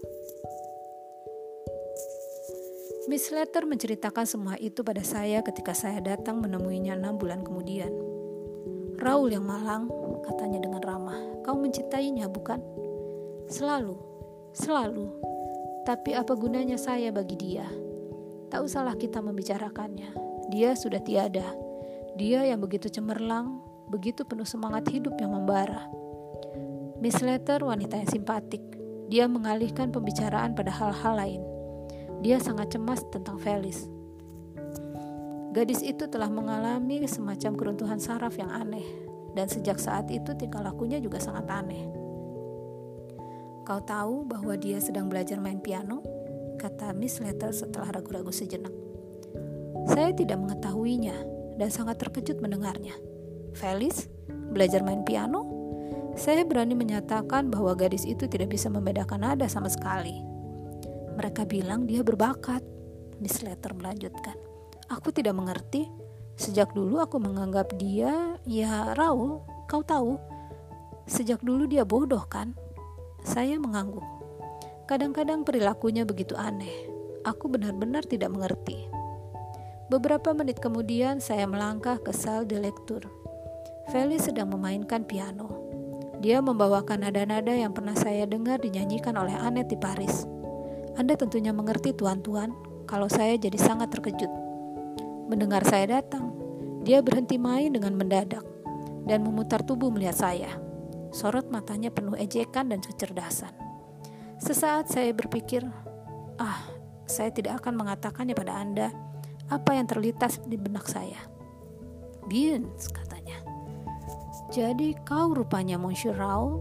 Miss Slater menceritakan semua itu pada saya ketika saya datang menemuinya enam bulan kemudian. "Raul yang malang," katanya dengan ramah. "Kau mencintainya, bukan?" "Selalu, selalu. Tapi apa gunanya saya bagi dia? Tak usahlah kita membicarakannya. Dia sudah tiada. Dia yang begitu cemerlang, begitu penuh semangat hidup yang membara." Miss Slater wanita yang simpatik. Dia mengalihkan pembicaraan pada hal-hal lain. Dia sangat cemas tentang Ferris. Gadis itu telah mengalami semacam keruntuhan saraf yang aneh, dan sejak saat itu tingkah lakunya juga sangat aneh. "Kau tahu bahwa dia sedang belajar main piano?" kata Miss Slater setelah ragu-ragu sejenak. Saya tidak mengetahuinya dan sangat terkejut mendengarnya. "Ferris, belajar main piano?" Saya berani menyatakan bahwa gadis itu tidak bisa membedakan nada sama sekali. "Mereka bilang dia berbakat," Miss Slater melanjutkan. "Aku tidak mengerti. Sejak dulu aku menganggap dia, ya Raul, kau tahu, sejak dulu dia bodoh kan?" Saya mengangguk. Kadang-kadang perilakunya begitu aneh. Aku benar-benar tidak mengerti. Beberapa menit kemudian saya melangkah ke salle de lecture. Ferris sedang memainkan piano. Dia membawakan nada-nada yang pernah saya dengar dinyanyikan oleh Annette di Paris. Anda tentunya mengerti, tuan-tuan, kalau saya jadi sangat terkejut. Mendengar saya datang, dia berhenti main dengan mendadak dan memutar tubuh melihat saya. Sorot matanya penuh ejekan dan kecerdasan. Sesaat saya berpikir, ah, saya tidak akan mengatakannya pada Anda apa yang terlintas di benak saya. Bien, katanya. Jadi kau rupanya Monsieur Raoul?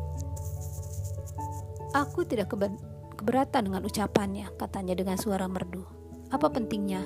Aku tidak keba- keberatan dengan ucapannya, katanya dengan suara merdu. Apa pentingnya?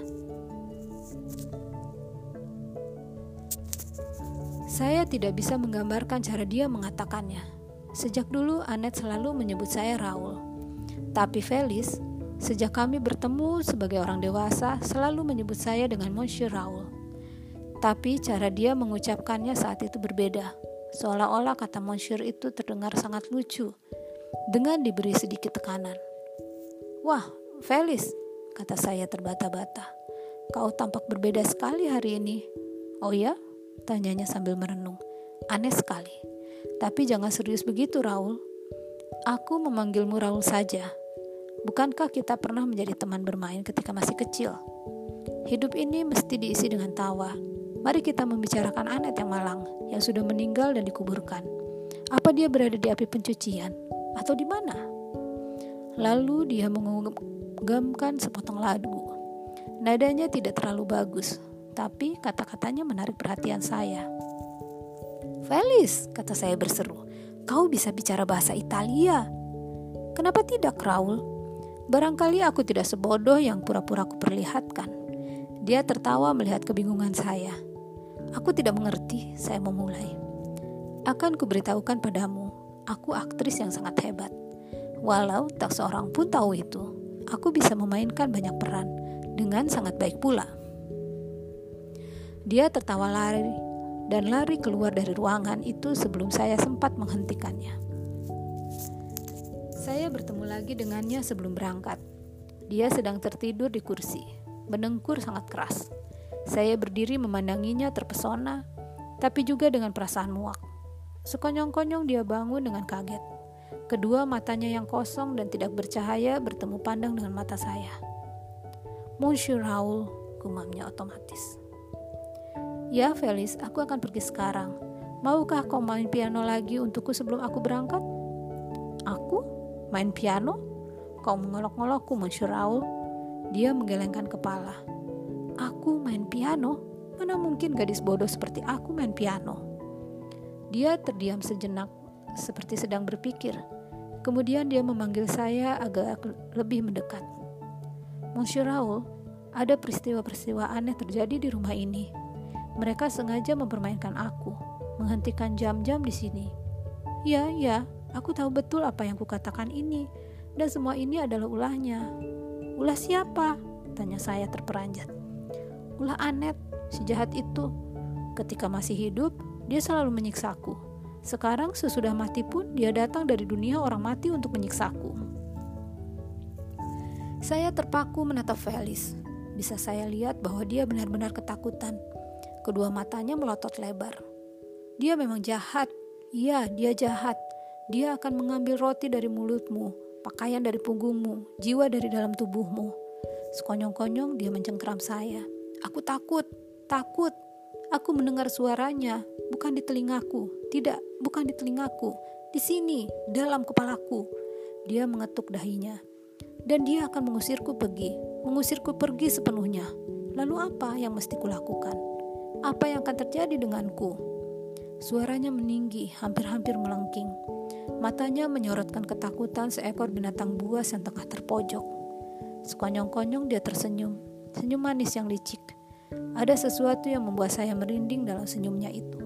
Saya tidak bisa menggambarkan cara dia mengatakannya. Sejak dulu Annette selalu menyebut saya Raoul. Tapi Felis, sejak kami bertemu sebagai orang dewasa, selalu menyebut saya dengan Monsieur Raoul. Tapi cara dia mengucapkannya saat itu berbeda. Seolah-olah kata Monsieur itu terdengar sangat lucu, dengan diberi sedikit tekanan. Wah, Felis, kata saya terbata-bata. Kau tampak berbeda sekali hari ini. Oh ya? Tanyanya sambil merenung. Aneh sekali. Tapi jangan serius begitu, Raoul. Aku memanggilmu Raoul saja. Bukankah kita pernah menjadi teman bermain ketika masih kecil? Hidup ini mesti diisi dengan tawa. Mari kita membicarakan Annette yang malang, yang sudah meninggal dan dikuburkan. Apa dia berada di api pencucian? Atau di mana? Lalu dia menggenggamkan sepotong lagu. Nadanya tidak terlalu bagus, tapi kata-katanya menarik perhatian saya. Felis, kata saya berseru, kau bisa bicara bahasa Italia. Kenapa tidak, Raoul? Barangkali aku tidak sebodoh yang pura-pura aku perlihatkan. Dia tertawa melihat kebingungan saya. Aku tidak mengerti, saya memulai. Akan kuberitahukan padamu, aku aktris yang sangat hebat. Walau tak seorang pun tahu itu, aku bisa memainkan banyak peran dengan sangat baik pula. Dia tertawa lari dan lari keluar dari ruangan itu sebelum saya sempat menghentikannya. Saya bertemu lagi dengannya sebelum berangkat. Dia sedang tertidur di kursi, mendengkur sangat keras. Saya berdiri memandanginya terpesona, tapi juga dengan perasaan muak. Sekonyong-konyong dia bangun dengan kaget. Kedua matanya yang kosong dan tidak bercahaya bertemu pandang dengan mata saya. Monsieur Raoul, gumamnya otomatis. Ya Felis, aku akan pergi sekarang. Maukah kau main piano lagi untukku sebelum aku berangkat? Aku? Main piano? Kau mengolok-ngolokku, Monsieur Raoul. Dia menggelengkan kepala. Aku main piano? Mana mungkin gadis bodoh seperti aku main piano? Dia terdiam sejenak, seperti sedang berpikir. Kemudian dia memanggil saya agak lebih mendekat. Monsieur Raoul, ada peristiwa-peristiwa aneh terjadi di rumah ini. Mereka sengaja mempermainkan aku, menghentikan jam-jam di sini. Ya, ya, aku tahu betul apa yang kukatakan ini, dan semua ini adalah ulahnya. Ulah siapa? Tanya saya terperanjat. Ulah Annette, si jahat itu. Ketika masih hidup, dia selalu menyiksaku. Sekarang sesudah mati pun dia datang dari dunia orang mati untuk menyiksaku. Saya terpaku menatap Felis. Bisa saya lihat bahwa dia benar-benar ketakutan. Kedua matanya melotot lebar. Dia memang jahat. Iya, dia jahat. Dia akan mengambil roti dari mulutmu, pakaian dari punggungmu, jiwa dari dalam tubuhmu. Sekonyong-konyong dia mencengkeram saya. Aku takut, takut. Aku mendengar suaranya, bukan di telingaku. Tidak, bukan di telingaku. Di sini, dalam kepalaku. Dia mengetuk dahinya. Dan dia akan mengusirku pergi, mengusirku pergi sepenuhnya. Lalu apa yang mesti kulakukan? Apa yang akan terjadi denganku? Suaranya meninggi, hampir-hampir melengking. Matanya menyorotkan ketakutan seekor binatang buas yang tengah terpojok. Sekonyong-konyong dia tersenyum, senyum manis yang licik. Ada sesuatu yang membuat saya merinding dalam senyumnya itu.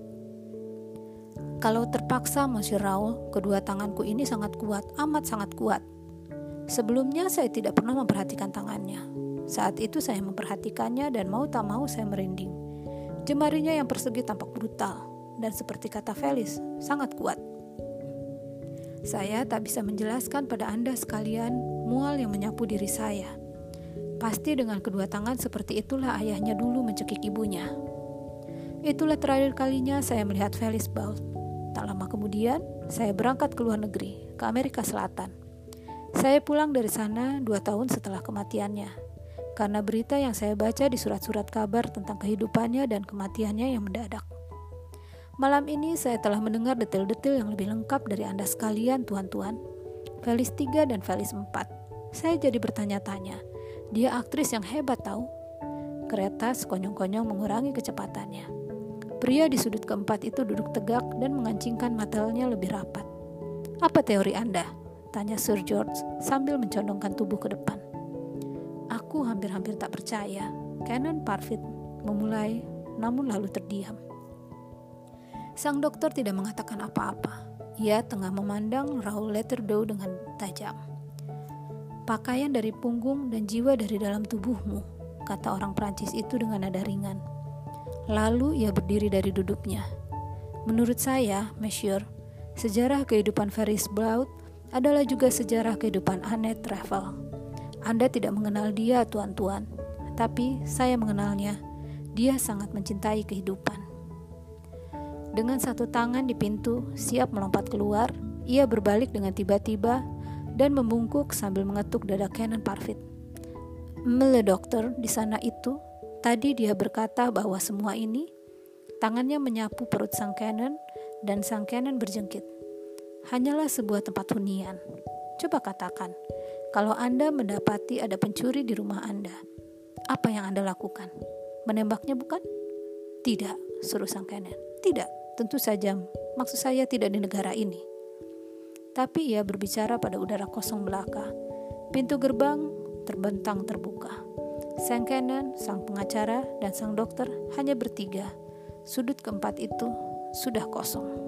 Kalau terpaksa, Monsieur Raoul, kedua tanganku ini sangat kuat, amat sangat kuat. Sebelumnya saya tidak pernah memperhatikan tangannya. Saat itu saya memperhatikannya dan mau tak mau saya merinding. Jemarinya yang persegi tampak brutal dan seperti kata Felis, sangat kuat. Saya tak bisa menjelaskan pada Anda sekalian mual yang menyapu diri saya. Pasti dengan kedua tangan seperti itulah ayahnya dulu mencekik ibunya. Itulah terakhir kalinya saya melihat Felis Bault. Tak lama kemudian, saya berangkat ke luar negeri, ke Amerika Selatan. Saya pulang dari sana dua tahun setelah kematiannya, karena berita yang saya baca di surat-surat kabar tentang kehidupannya dan kematiannya yang mendadak. Malam ini saya telah mendengar detail-detail yang lebih lengkap dari Anda sekalian, tuan-tuan. Felis tiga dan Felis empat. Saya jadi bertanya-tanya, dia aktris yang hebat tahu. Kereta sekonyong-konyong mengurangi kecepatannya. Pria di sudut keempat itu duduk tegak dan mengancingkan matanya lebih rapat. "Apa teori Anda?" tanya Sir George sambil mencondongkan tubuh ke depan. Aku hampir-hampir tak percaya. Canon Parfitt memulai, namun lalu terdiam. Sang dokter tidak mengatakan apa-apa. Ia tengah memandang Raoul Leterdeau dengan tajam. "Pakaian dari punggung dan jiwa dari dalam tubuhmu," kata orang Prancis itu dengan nada ringan. Lalu ia berdiri dari duduknya. "Menurut saya, Monsieur, sejarah kehidupan Ferris Blaut adalah juga sejarah kehidupan Annette Ravel. Anda tidak mengenal dia, tuan-tuan, tapi saya mengenalnya. Dia sangat mencintai kehidupan." Dengan satu tangan di pintu, siap melompat keluar, ia berbalik dengan tiba-tiba dan membungkuk sambil mengetuk dada Canon Parfitt. "Mele dokter di sana itu." Tadi dia berkata bahwa semua ini, tangannya menyapu perut sang Canon dan sang Canon berjengkit, hanyalah sebuah tempat hunian. Coba katakan, kalau Anda mendapati ada pencuri di rumah Anda, apa yang Anda lakukan? Menembaknya bukan? "Tidak," suruh sang Canon. "Tidak, tentu saja, maksud saya tidak di negara ini." Tapi ia berbicara pada udara kosong belaka. Pintu gerbang terbentang terbuka. Sang Canon, sang pengacara, dan sang dokter hanya bertiga. Sudut keempat itu sudah kosong.